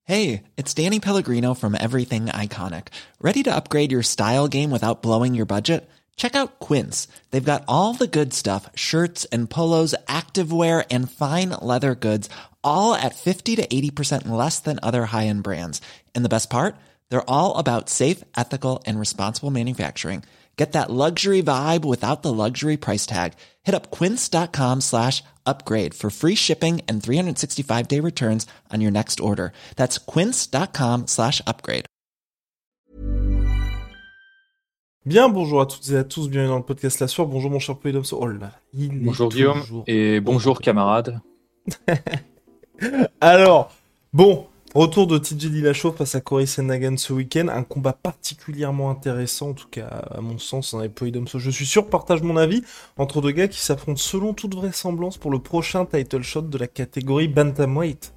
Hey, it's Danny Pellegrino from Everything Iconic. Ready to upgrade your style game without blowing your budget? Check out Quince. They've got all the good stuff, shirts and polos, activewear, and fine leather goods, all at 50 to 80% less than other high-end brands. And the best part? They're all about safe, ethical, and responsible manufacturing. Get that luxury vibe without the luxury price tag. Hit up quince.com/upgrade for free shipping and 365-day returns on your next order. That's quince.com/upgrade. Bien, bonjour à toutes et à tous, bienvenue dans le podcast La Sueur. Bonjour mon cher Polydomso. Oh là, bonjour Guillaume et bonjour camarades. Alors, bon, retour de TJ Dillashaw face à Cory Sandhagen ce week-end. Un combat particulièrement intéressant, en tout cas à mon sens, avec Polydomso. Je suis sûr, partage mon avis, entre deux gars qui s'affrontent selon toute vraisemblance pour le prochain title shot de la catégorie Bantamweight.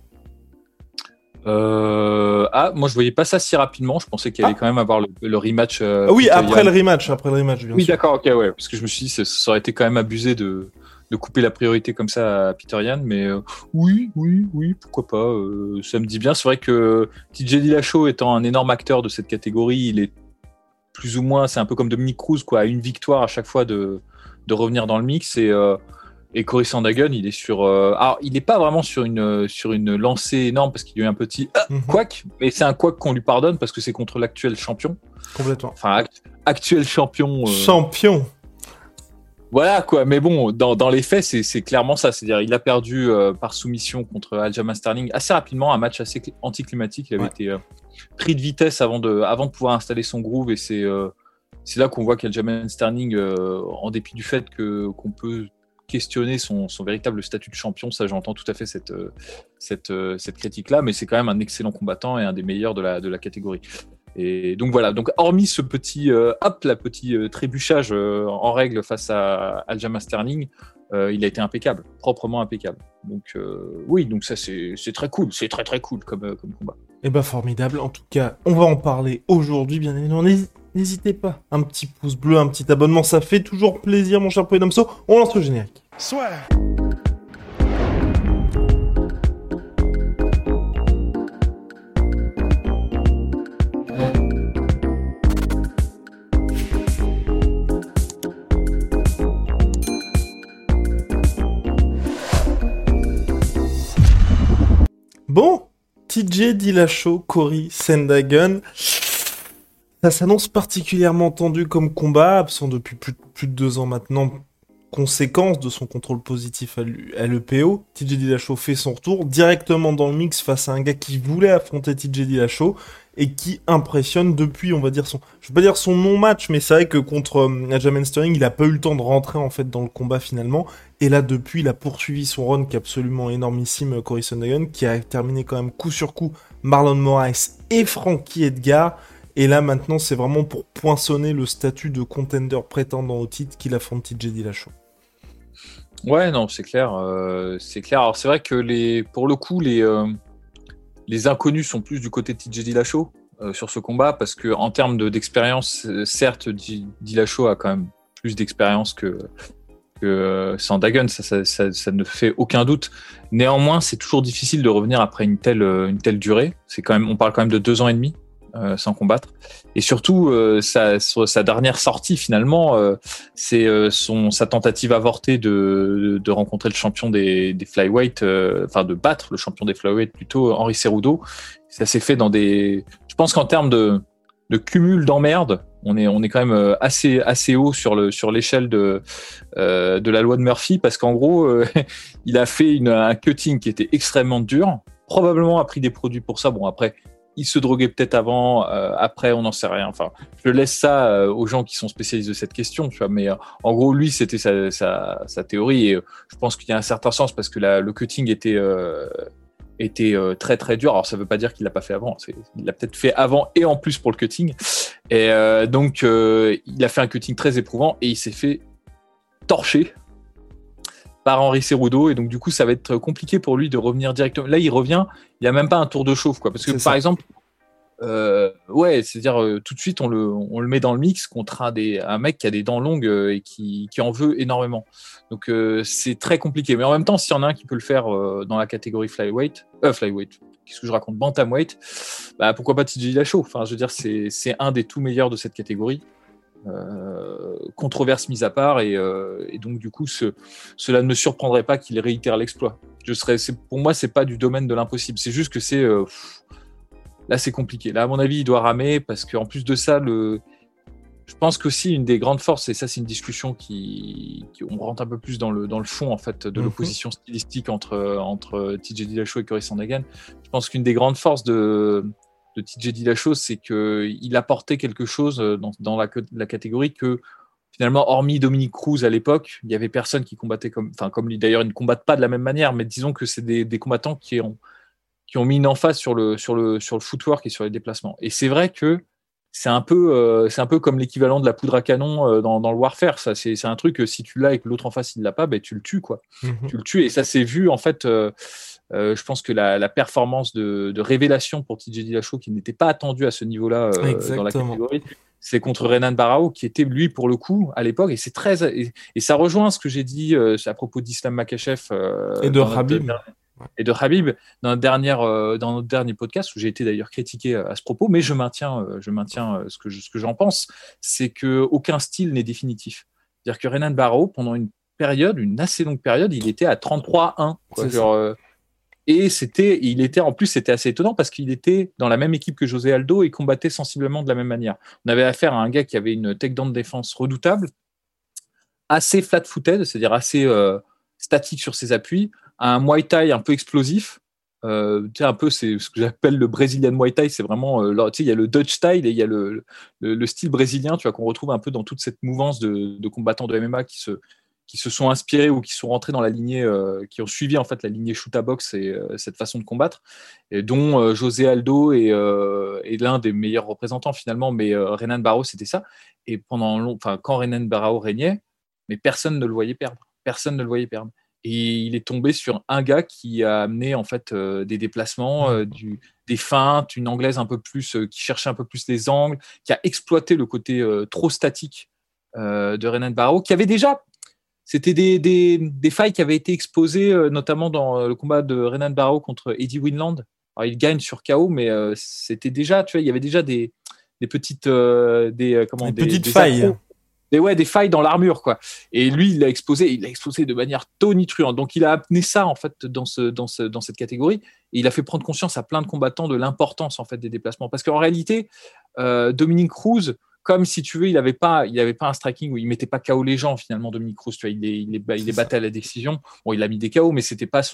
Moi je voyais pas ça si rapidement. Je pensais qu'il allait quand même avoir le rematch. Oui, après le rematch, bien sûr. Oui, d'accord, ok, ouais. Parce que je me suis dit, ça aurait été quand même abusé de couper la priorité comme ça à Peter Yan, mais oui, pourquoi pas. Ça me dit bien. C'est vrai que TJ Dillashaw étant un énorme acteur de cette catégorie, il est plus ou moins, c'est un peu comme Dominic Cruz, quoi, à une victoire à chaque fois de revenir dans le mix. Et Cory Sandhagen, il est sur. Alors, il n'est pas vraiment sur une lancée énorme parce qu'il y a eu un petit couac, mais c'est un couac qu'on lui pardonne parce que c'est contre l'actuel champion. Complètement. Enfin, actuel champion. Champion. Voilà quoi. Mais bon, dans les faits, c'est clairement ça. C'est-à-dire, il a perdu par soumission contre Aljamain Sterling assez rapidement, un match assez anticlimatique. Il avait été pris de vitesse avant de pouvoir installer son groove, et c'est là qu'on voit qu'Aljamain Sterling, en dépit du fait qu'on peut questionner son véritable statut de champion, ça j'entends tout à fait cette critique-là, mais c'est quand même un excellent combattant et un des meilleurs de la catégorie. Et donc voilà, donc hormis ce petit trébuchage en règle face à Aljamain Sterling, il a été impeccable, proprement impeccable. Donc oui, donc ça c'est très cool, c'est très très cool comme combat. Et bah formidable, en tout cas, on va en parler aujourd'hui, bien évidemment. N'hésitez pas, un petit pouce bleu, un petit abonnement, ça fait toujours plaisir, mon cher Polydomso. On lance le générique. Soit. Bon, TJ Dillashaw, Cory Sandhagen. Ça s'annonce particulièrement tendu comme combat, absent depuis plus de 2 ans maintenant, conséquence de son contrôle positif à l'EPO. TJ Dillashaw fait son retour directement dans le mix face à un gars qui voulait affronter TJ Dillashaw et qui impressionne depuis, on va dire je vais pas dire son non-match, mais c'est vrai que contre Aljamain Sterling, il a pas eu le temps de rentrer en fait dans le combat finalement. Et là, depuis, il a poursuivi son run qui est absolument énormissime, Cory Sandhagen, qui a terminé quand même coup sur coup Marlon Moraes et Frankie Edgar. Et là, maintenant, c'est vraiment pour poinçonner le statut de contender prétendant au titre qu'il affronte TJ Dillashaw. Ouais, non, c'est clair. Alors, c'est vrai que pour le coup, les inconnus sont plus du côté de TJ Dillashaw sur ce combat, parce que en termes d'expérience, certes, Dillashaw a quand même plus d'expérience que Sandhagen, ça ne fait aucun doute. Néanmoins, c'est toujours difficile de revenir après une telle durée. On parle quand même de 2 ans et demi. Sans combattre, et surtout sa dernière sortie finalement, c'est sa tentative avortée de rencontrer le champion des flyweight, de battre le champion des flyweight plutôt, Henry Cejudo. Ça s'est fait je pense qu'en termes de cumul d'emmerdes, on est quand même assez haut sur l'échelle de la loi de Murphy, parce qu'en gros il a fait un cutting qui était extrêmement dur, probablement a pris des produits pour ça. Bon, après il se droguait peut-être avant, après on n'en sait rien. Enfin, je laisse ça aux gens qui sont spécialistes de cette question, tu vois. Mais en gros, lui, c'était sa théorie, et je pense qu'il y a un certain sens, parce que le cutting était très très dur. Alors ça veut pas dire qu'il l'a pas fait avant. Il l'a peut-être fait avant et en plus pour le cutting. Et donc il a fait un cutting très éprouvant et il s'est fait torcher par Henry Cejudo, et donc du coup ça va être compliqué pour lui de revenir directement. Là il revient, il n'y a même pas un tour de chauffe, quoi, parce que par exemple c'est-à-dire tout de suite on le met dans le mix contre un mec qui a des dents longues et qui en veut énormément, donc c'est très compliqué. Mais en même temps, s'il y en a un qui peut le faire dans la catégorie flyweight, qu'est-ce que je raconte, bantamweight, bah pourquoi pas TJ Dillashaw. Enfin, je veux dire, c'est un des tout meilleurs de cette catégorie. Controverse mise à part, et donc du coup, cela ne me surprendrait pas qu'il réitère l'exploit. Pour moi, c'est pas du domaine de l'impossible. C'est juste que là, c'est compliqué. Là, à mon avis, il doit ramer parce qu'en plus de ça, je pense qu'aussi une des grandes forces, et ça c'est une discussion on rentre un peu plus dans le fond en fait de l'opposition stylistique entre TJ Dillashaw et Cory Sandhagen. Je pense qu'une des grandes forces de TJ Dillashaw, c'est qu'il apportait quelque chose dans la catégorie que finalement, hormis Dominick Cruz à l'époque, il y avait personne qui combattait comme lui. D'ailleurs, ils ne combattent pas de la même manière, mais disons que c'est des combattants qui ont mis une emphase sur le footwork et sur les déplacements. Et c'est vrai que c'est un peu comme l'équivalent de la poudre à canon dans le Warfare. Ça, c'est un truc que si tu l'as et que l'autre en face il l'a pas, ben tu le tues quoi. Tu le tues, et ça s'est vu en fait. Je pense que la performance de révélation pour TJ Dillashaw, qui n'était pas attendu à ce niveau-là dans la catégorie, c'est contre Renan Barão, qui était lui pour le coup à l'époque, et c'est et ça rejoint ce que j'ai dit à propos d'Islam Makhachev et de Khabib. Et de Khabib dans notre dernier podcast, où j'ai été d'ailleurs critiqué à ce propos, mais je maintiens ce que j'en pense, c'est qu'aucun style n'est définitif. C'est-à-dire que Renan Barão, pendant une assez longue période, il était à 33-1. Et c'était assez étonnant parce qu'il était dans la même équipe que José Aldo et combattait sensiblement de la même manière. On avait affaire à un gars qui avait une takedown de défense redoutable, assez flat-footed, c'est-à-dire assez statique sur ses appuis, un Muay Thai un peu explosif. Un peu, c'est ce que j'appelle le Brazilian Muay Thai. C'est vraiment, il y a le Dutch style et il y a le style brésilien, tu vois, qu'on retrouve un peu dans toute cette mouvance de combattants de MMA qui se sont inspirés ou qui sont rentrés dans la lignée, qui ont suivi en fait la lignée shoot box et cette façon de combattre, et dont José Aldo est l'un des meilleurs représentants finalement, mais Renan Barão c'était ça. Et quand Renan Barão régnait, mais personne ne le voyait perdre. Et il est tombé sur un gars qui a amené en fait des déplacements, des feintes, une anglaise un peu plus qui cherchait un peu plus les angles, qui a exploité le côté trop statique de Renan Barão, qui avait déjà. C'était des failles qui avaient été exposées, notamment dans le combat de Renan Barão contre Eddie Winland. Alors, il gagne sur KO, mais c'était déjà, tu vois, il y avait déjà des petites, petites failles. Des failles dans l'armure, quoi. Et lui, il l'a exposé de manière tonitruante. Donc, il a amené ça, en fait, dans cette catégorie. Et il a fait prendre conscience à plein de combattants de l'importance, en fait, des déplacements. Parce qu'en réalité, Dominick Cruz, comme si tu veux, il avait pas un striking où il mettait pas KO les gens, finalement, Dominick Cruz, tu vois, il les battait à la décision. Bon, il a mis des KO, mais c'était pas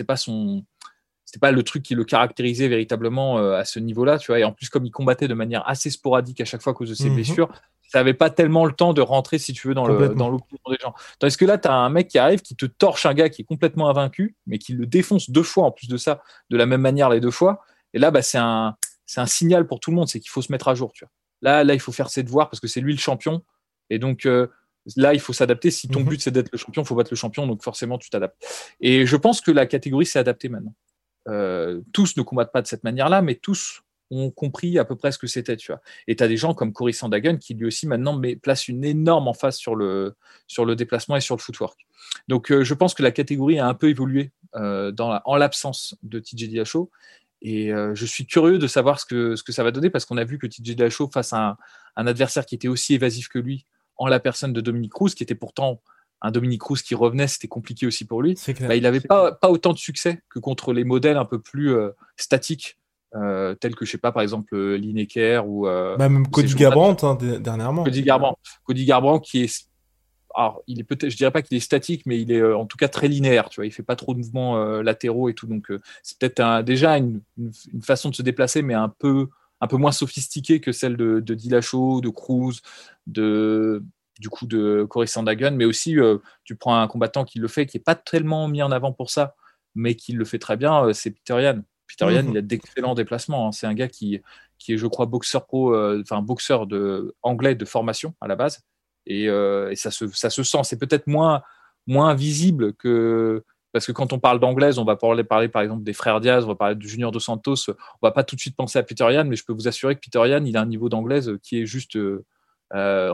le truc qui le caractérisait véritablement à ce niveau-là, tu vois. Et en plus, comme il combattait de manière assez sporadique à chaque fois à cause de ses blessures, ça n'avait pas tellement le temps de rentrer, si tu veux, dans l'opinion des gens. Tandis que là, tu as un mec qui arrive, qui te torche un gars qui est complètement invaincu, mais qui le défonce 2 fois en plus de ça, de la même manière les 2 fois. Et là, c'est un signal pour tout le monde, c'est qu'il faut se mettre à jour, tu vois. Là, il faut faire ses devoirs parce que c'est lui le champion. Et donc, là, il faut s'adapter. Si ton but, c'est d'être le champion, il faut battre le champion. Donc, forcément, tu t'adaptes. Et je pense que la catégorie s'est adaptée maintenant. Tous ne combattent pas de cette manière-là, mais tous ont compris à peu près ce que c'était, tu vois. Et tu as des gens comme Cory Sandhagen qui lui aussi maintenant place une énorme emphase sur le déplacement et sur le footwork. Donc je pense que la catégorie a un peu évolué en l'absence de TJ Dillashaw, et je suis curieux de savoir ce que ça va donner, parce qu'on a vu que TJ Dillashaw, face à un adversaire qui était aussi évasif que lui, en la personne de Dominick Cruz, qui était pourtant un Dominick Cruz qui revenait, c'était compliqué aussi pour lui. Il n'avait pas autant de succès que contre les modèles un peu plus statiques, tels que, je sais pas, par exemple, Lineker ou... même Cody Garbrandt, dernièrement. Cody Garbrandt qui est... Alors, il est peut-être, je dirais pas qu'il est statique, mais il est en tout cas très linéaire, tu vois. Il fait pas trop de mouvements latéraux et tout, donc c'est peut-être déjà une façon de se déplacer, mais un peu moins sophistiquée que celle de Dillashaw, de Cruz, du coup de Cory Sandhagen, mais aussi tu prends un combattant qui le fait, qui est pas tellement mis en avant pour ça, mais qui le fait très bien, c'est Peter Yan. Peter Yan, il a d'excellents déplacements, hein. C'est un gars qui est, je crois, boxeur boxeur anglais de formation à la base, et ça se sent. C'est peut-être moins visible que, parce que quand on parle d'anglaise, on va parler par exemple des frères Diaz, on va parler du Junior Dos Santos, on va pas tout de suite penser à Peter Yan, mais je peux vous assurer que Peter Yan, il a un niveau d'anglaise qui est juste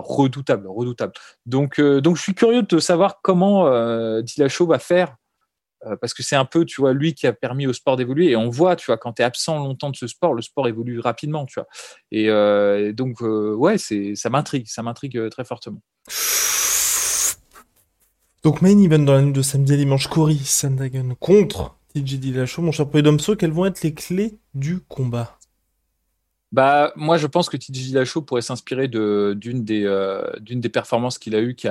redoutable. Donc je suis curieux de savoir comment Dillashaw va faire parce que c'est un peu, tu vois, lui qui a permis au sport d'évoluer. Et on voit, tu vois, quand tu es absent longtemps de ce sport, le sport évolue rapidement, tu vois. Et donc, ouais, ça m'intrigue très fortement. Donc, main event dans la nuit de samedi à dimanche, Cory Sandhagen contre TJ Dillashaw. Mon cher Polydomso, quelles vont être les clés du combat? Bah, moi, je pense que TJ Dillashaw pourrait s'inspirer d'une des performances qu'il a eues,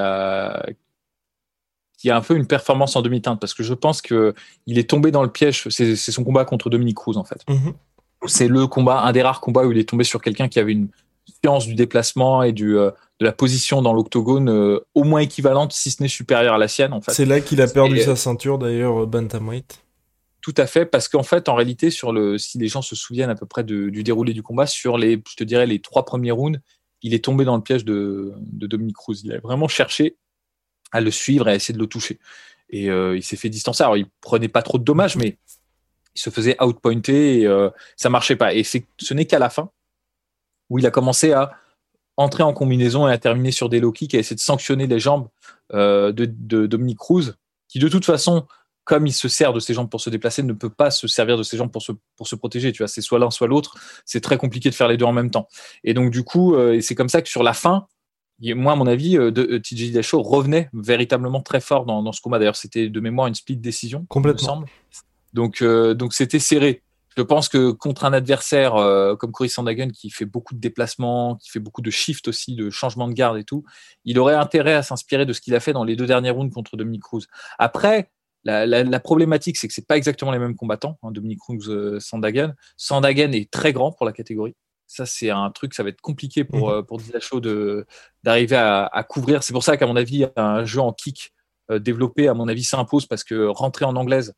qui a un peu une performance en demi-teinte, parce que je pense qu'il est tombé dans le piège. C'est son combat contre Dominic Cruz, en fait. Mhm. C'est un des rares combats où il est tombé sur quelqu'un qui avait une science du déplacement et de la position dans l'octogone au moins équivalente, si ce n'est supérieure à la sienne, en fait. C'est là qu'il a perdu sa ceinture, d'ailleurs, bantamweight. Tout à fait, parce qu'en fait, en réalité, si les gens se souviennent à peu près du déroulé du combat, je te dirais, les 3 premiers rounds, il est tombé dans le piège de Dominic Cruz. Il a vraiment cherché à le suivre et à essayer de le toucher. Et il s'est fait distancer. Alors, il prenait pas trop de dommages, mais il se faisait outpointer et ça marchait pas. Et ce n'est qu'à la fin où il a commencé à entrer en combinaison et à terminer sur des low kicks et à essayer de sanctionner les jambes de Dominic Cruz, qui de toute façon, comme il se sert de ses jambes pour se déplacer, ne peut pas se servir de ses jambes pour se protéger. Tu vois, c'est soit l'un, soit l'autre. C'est très compliqué de faire les deux en même temps. Et donc, du coup, et c'est comme ça que sur la fin, moi, à mon avis, TJ Dillashaw revenait véritablement très fort dans ce combat. D'ailleurs, c'était de mémoire une split décision, il me semble. Donc c'était serré. Je pense que contre un adversaire comme Cory Sandhagen, qui fait beaucoup de déplacements, qui fait beaucoup de shifts aussi, de changements de garde et tout, il aurait intérêt à s'inspirer de ce qu'il a fait dans les 2 derniers rounds contre Dominic Cruz. Après, la problématique, c'est que c'est pas exactement les mêmes combattants, hein, Dominic Cruz, Sandhagen. Sandhagen est très grand pour la catégorie. Ça, c'est un truc, ça va être compliqué pour Dillashaw d'arriver à couvrir. C'est pour ça qu'à mon avis, un jeu en kick développé, à mon avis, s'impose, parce que rentrer en anglaise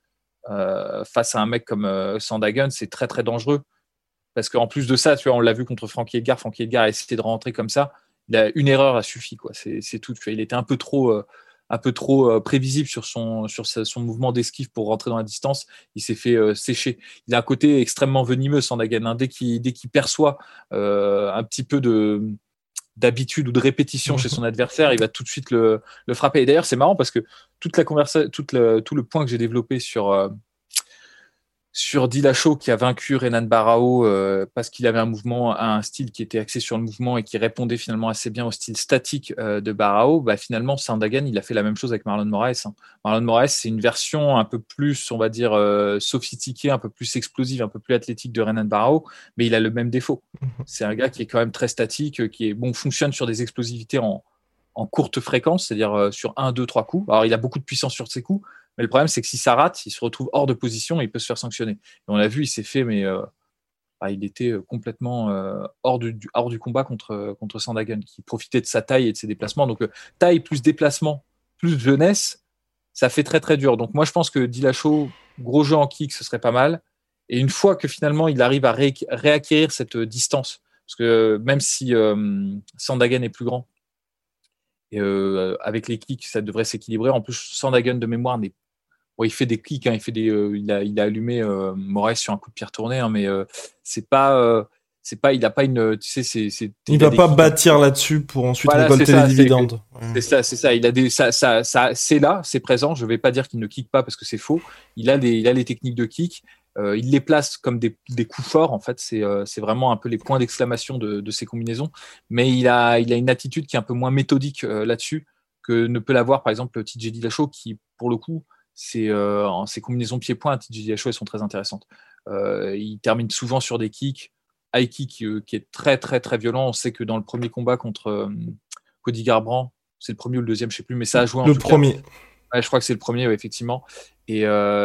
face à un mec comme Sandhagen, c'est très très dangereux. Parce qu'en plus de ça, tu vois, on l'a vu contre Frankie Edgar. Frankie Edgar a essayé de rentrer comme ça. Une erreur a suffi, quoi. C'est tout. Tu vois, il était un peu trop prévisible sur son mouvement d'esquive pour rentrer dans la distance. Il s'est fait sécher. Il a un côté extrêmement venimeux, Sandhagen, hein. Dès qu'il perçoit un petit peu d'habitude ou de répétition chez son adversaire, il va tout de suite le frapper. Et d'ailleurs, c'est marrant parce que tout le point que j'ai développé sur Dillashaw, qui a vaincu Renan Barão parce qu'il avait un style qui était axé sur le mouvement et qui répondait finalement assez bien au style statique de Barão, bah, finalement Sandhagen, il a fait la même chose avec Marlon Moraes, hein. Marlon Moraes, c'est une version un peu plus, on va dire, sophistiquée, un peu plus explosive, un peu plus athlétique de Renan Barão, mais il a le même défaut. C'est un gars qui est quand même très statique, qui fonctionne sur des explosivités en courte fréquence, c'est-à-dire sur 1, 2, 3 coups. Alors il a beaucoup de puissance sur ses coups, mais le problème, c'est que si ça rate, il se retrouve hors de position et il peut se faire sanctionner. Et on l'a vu, il s'est fait, mais il était complètement hors du combat contre Sandhagen, qui profitait de sa taille et de ses déplacements. Donc, taille plus déplacement, plus jeunesse, ça fait très, très dur. Donc, moi, je pense que Dillashaw, gros jeu en kick, ce serait pas mal. Et une fois que finalement, il arrive à réacquérir cette distance, parce que même si Sandhagen est plus grand, et avec les kicks, ça devrait s'équilibrer. En plus, Sandhagen de mémoire il fait des kicks, hein, il a allumé Moraes sur un coup de pied retourné, hein, mais c'est pas, il a pas une, tu sais, il va pas bâtir là-dessus pour ensuite récolter les dividendes. C'est ça. Il a c'est là, c'est présent. Je vais pas dire qu'il ne kick pas parce que c'est faux. Il a les techniques de kick. Il les place comme des coups forts. En fait, c'est vraiment un peu les points d'exclamation de ses combinaisons. Mais il a une attitude qui est un peu moins méthodique là-dessus que ne peut l'avoir, par exemple, TJ Dillashaw, qui, pour le coup, ses combinaisons pied-point à TJ Dillashaw, elles sont très intéressantes. Il termine souvent sur des kicks, high kick qui est très très très violent. On sait que dans le premier combat contre Cody Garbrandt, c'est le premier ou le deuxième, je sais plus, mais ça a joué en le tout premier. Cas. Ouais, je crois que c'est le premier, ouais, effectivement. Et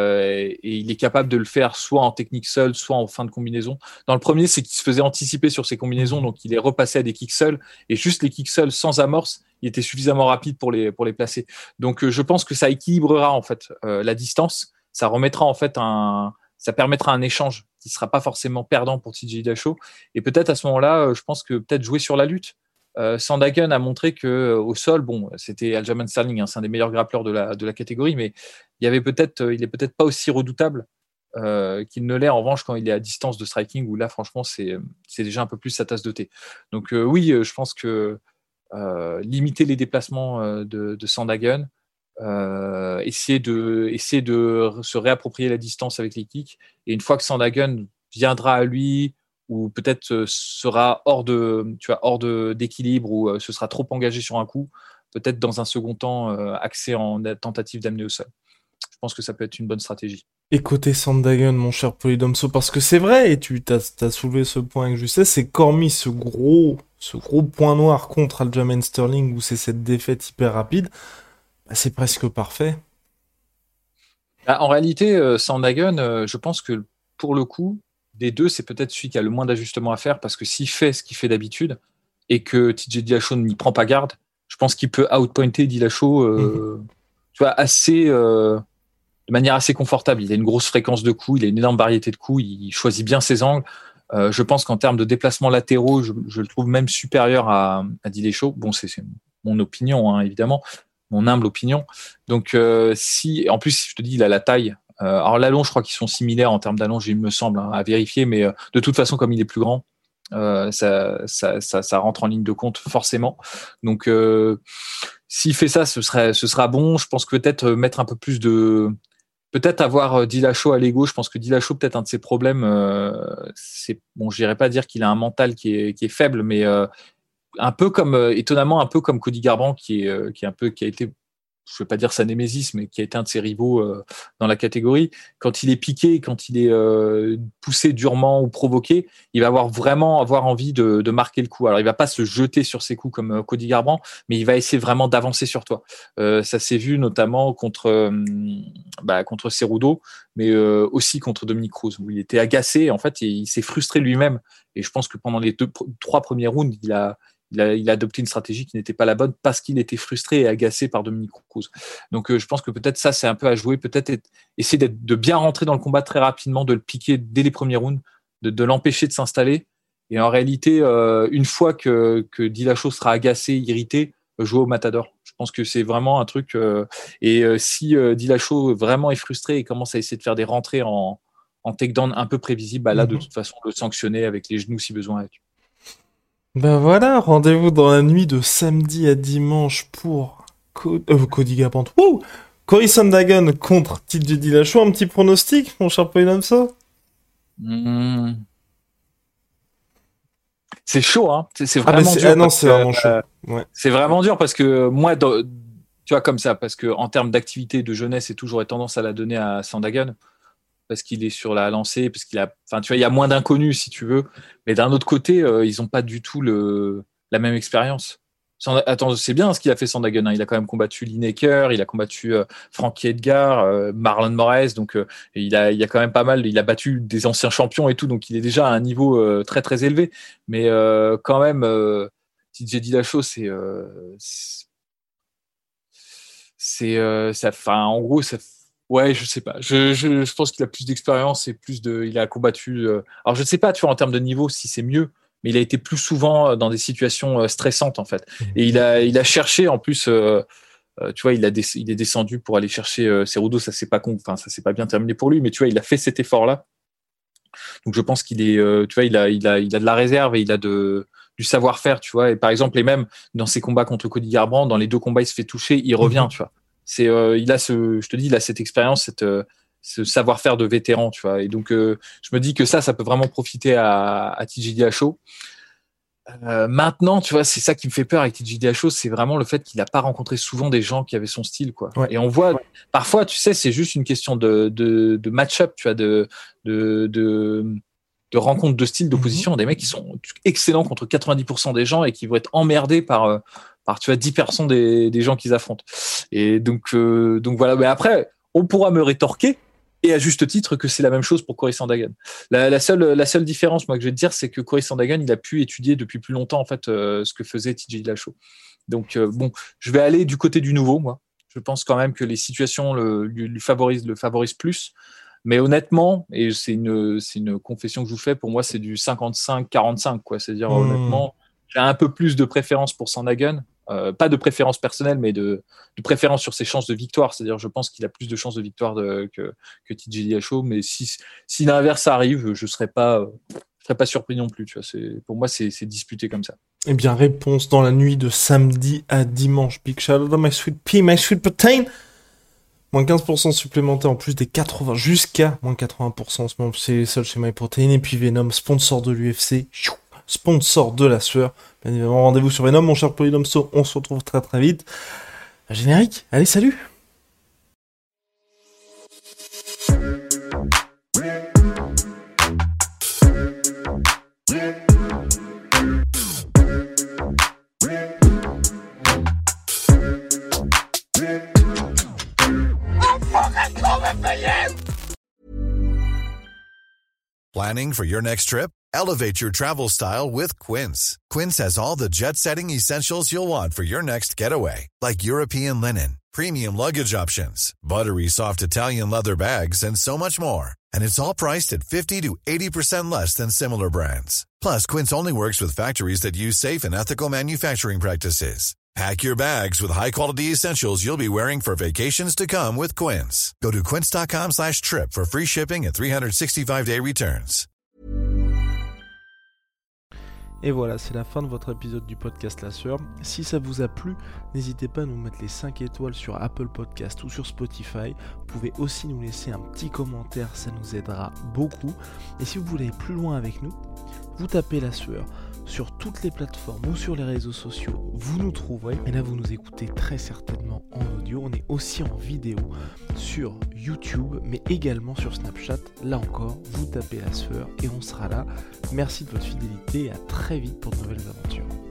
il est capable de le faire soit en technique seule, soit en fin de combinaison. Dans le premier, c'est qu'il se faisait anticiper sur ses combinaisons, donc il est repassé à des kicks seuls, et juste les kicks seuls sans amorce, il était suffisamment rapide pour les placer. Donc je pense que ça équilibrera en fait la distance, ça remettra en fait ça permettra un échange qui sera pas forcément perdant pour TJ Dillashaw, et peut-être à ce moment-là, je pense que peut-être jouer sur la lutte. Sandhagen a montré que au sol, bon, c'était Aljamain Sterling, hein, c'est un des meilleurs grappleurs de la catégorie, mais il est peut-être pas aussi redoutable qu'il ne l'est en revanche quand il est à distance de striking, où là, franchement, c'est déjà un peu plus sa tasse de thé. Donc oui, je pense que limiter les déplacements de Sandhagen, essayer de se réapproprier la distance avec les kicks. Et une fois que Sandhagen viendra à lui, ou peut-être sera hors d'équilibre, ou ce sera trop engagé sur un coup, peut-être dans un second temps axé en tentative d'amener au sol. Je pense que ça peut être une bonne stratégie. Et côté Sandhagen, mon cher Polydomso, parce que c'est vrai, et tu t'as soulevé ce point avec justesse, c'est qu'hormis ce gros point noir contre Aljamain Sterling, où c'est cette défaite hyper rapide, bah, c'est presque parfait. En réalité, Sandhagen, je pense que pour le coup, des deux, c'est peut-être celui qui a le moins d'ajustements à faire, parce que s'il fait ce qu'il fait d'habitude, et que TJ Dillashaw n'y prend pas garde, je pense qu'il peut outpointer Dillashaw tu vois, de manière assez confortable. Il a une grosse fréquence de coups, il a une énorme variété de coups, il choisit bien ses angles. Je pense qu'en termes de déplacements latéraux, je le trouve même supérieur à Dillashaw. Bon, c'est mon opinion, hein, évidemment, mon humble opinion. Donc, si, en plus, je te dis, il a la taille. Alors, l'allonge, je crois qu'ils sont similaires en termes d'allonge, il me semble, hein, à vérifier, mais de toute façon, comme il est plus grand, ça rentre en ligne de compte forcément. Donc, s'il fait ça, ce sera bon. Je pense que peut-être mettre un peu plus de... Peut-être avoir Dillashaw à l'ego. Je pense que Dillashaw, peut-être un de ses problèmes, c'est... Bon, je n'irais pas dire qu'il a un mental qui est faible, mais un peu comme, étonnamment, un peu comme Cody Garbrandt, qui a été, je ne veux pas dire sa némésis, mais qui a été un de ses rivaux dans la catégorie. Quand il est piqué, quand il est poussé durement ou provoqué, il va vraiment avoir envie de marquer le coup. Alors, il ne va pas se jeter sur ses coups comme Cody Garbrandt, mais il va essayer vraiment d'avancer sur toi. Ça s'est vu notamment contre Cerudo, mais aussi contre Dominick Cruz, où il était agacé, en fait, et il s'est frustré lui-même. Et je pense que pendant les 3 premiers rounds, il a adopté une stratégie qui n'était pas la bonne parce qu'il était frustré et agacé par Dominick Cruz. Donc, je pense que peut-être ça, c'est un peu à jouer. Peut-être essayer de bien rentrer dans le combat très rapidement, de le piquer dès les premiers rounds, de l'empêcher de s'installer. Et en réalité, une fois que Dillashaw sera agacé, irrité, jouer au matador. Je pense que c'est vraiment un truc. Si Dillashaw vraiment est frustré et commence à essayer de faire des rentrées en takedown un peu prévisible, bah là, de toute façon, le sanctionner avec les genoux si besoin est. Ben voilà, rendez-vous dans la nuit de samedi à dimanche pour Cody Garbrandt. Wow, Cory Sandhagen contre TJ Dillashaw. Un petit pronostic, mon cher Polydomso? C'est chaud, hein. C'est vraiment dur. Non, c'est vraiment chaud. Ouais. C'est vraiment dur parce que moi, tu vois, comme ça, parce que en termes d'activité de jeunesse, j'ai toujours eu tendance à la donner à Sandhagen. Parce qu'il est sur la lancée, parce qu'il a, enfin, tu vois, il y a moins d'inconnus si tu veux, mais d'un autre côté, ils n'ont pas du tout la même expérience. Attends, c'est bien ce qu'il a fait Sandhagen, hein. Il a quand même combattu Lineker, il a combattu Frankie Edgar, Marlon Moraes, donc il a quand même pas mal, il a battu des anciens champions et tout, donc il est déjà à un niveau très très élevé, mais quand même, TJ Dillashaw, en gros, ça. Ouais, je sais pas. Je pense qu'il a plus d'expérience et il a combattu. Alors, je ne sais pas, tu vois, en termes de niveau, si c'est mieux, mais il a été plus souvent dans des situations stressantes, en fait. Et il a cherché, en plus, tu vois, il est descendu pour aller chercher Cerudo. Ça s'est pas bien terminé pour lui, mais tu vois, il a fait cet effort-là. Donc, je pense qu'il est, tu vois, il a de la réserve et il a du savoir-faire, tu vois. Et par exemple, et même dans ses combats contre Cody Garbrandt, dans les 2 combats, il se fait toucher, il revient, tu vois. Il a cette expérience, ce savoir-faire de vétéran, tu vois. Et donc, je me dis que ça peut vraiment profiter à TJ Dillashaw. Maintenant, tu vois, c'est ça qui me fait peur avec TJ Dillashaw, c'est vraiment le fait qu'il n'a pas rencontré souvent des gens qui avaient son style, quoi. Ouais. Et on voit, parfois, tu sais, c'est juste une question de match-up, tu vois, de rencontre de style, d'opposition, des mecs qui sont excellents contre 90% des gens et qui vont être emmerdés par tu vois, 10% des gens qu'ils affrontent. Et donc voilà. Mais après, on pourra me rétorquer, et à juste titre, que c'est la même chose pour Cory Sandhagen. La seule différence, moi, que je vais te dire, c'est que Cory Sandhagen, il a pu étudier depuis plus longtemps, en fait, ce que faisait TJ Dillashaw. Donc, bon, je vais aller du côté du nouveau, moi. Je pense quand même que les situations le favorisent plus. Mais honnêtement, et c'est une confession que je vous fais, pour moi, c'est du 55-45, quoi. C'est-à-dire, honnêtement, j'ai un peu plus de préférence pour Sandhagen. Pas de préférence personnelle, mais de préférence sur ses chances de victoire. C'est-à-dire, je pense qu'il a plus de chances de victoire que TJ Dillashaw. Mais si l'inverse arrive, je serais pas surpris non plus. Tu vois, pour moi, c'est disputé comme ça. Eh bien, réponse dans la nuit de samedi à dimanche. Big shout out à my sweet pea, my sweet protein. Moins 15% supplémentaire en plus des 80, jusqu'à moins 80% en ce moment, c'est les seuls chez MyProtein. Et puis Venom, sponsor de l'UFC, sponsor de la sueur. Bien évidemment, rendez-vous sur Venom, mon cher Polydomso, on se retrouve très très vite. Générique, allez, salut! Planning for your next trip? Elevate your travel style with Quince. Quince has all the jet-setting essentials you'll want for your next getaway, like European linen, premium luggage options, buttery soft Italian leather bags, and so much more. And it's all priced at 50 to 80% less than similar brands. Plus, Quince only works with factories that use safe and ethical manufacturing practices. Pack your bags with high-quality essentials you'll be wearing for vacations to come with Quince. Go to quince.com/trip for free shipping and 365-day returns. Et voilà, c'est la fin de votre épisode du podcast La Sueur. Si ça vous a plu, n'hésitez pas à nous mettre les 5 étoiles sur Apple Podcast ou sur Spotify. Vous pouvez aussi nous laisser un petit commentaire, ça nous aidera beaucoup. Et si vous voulez aller plus loin avec nous, vous tapez La Sueur sur toutes les plateformes ou sur les réseaux sociaux, vous nous trouverez. Et là, vous nous écoutez très certainement en audio. On est aussi en vidéo sur YouTube, mais également sur Snapchat. Là encore, vous tapez La Sueur et on sera là. Merci de votre fidélité et à très vite pour de nouvelles aventures.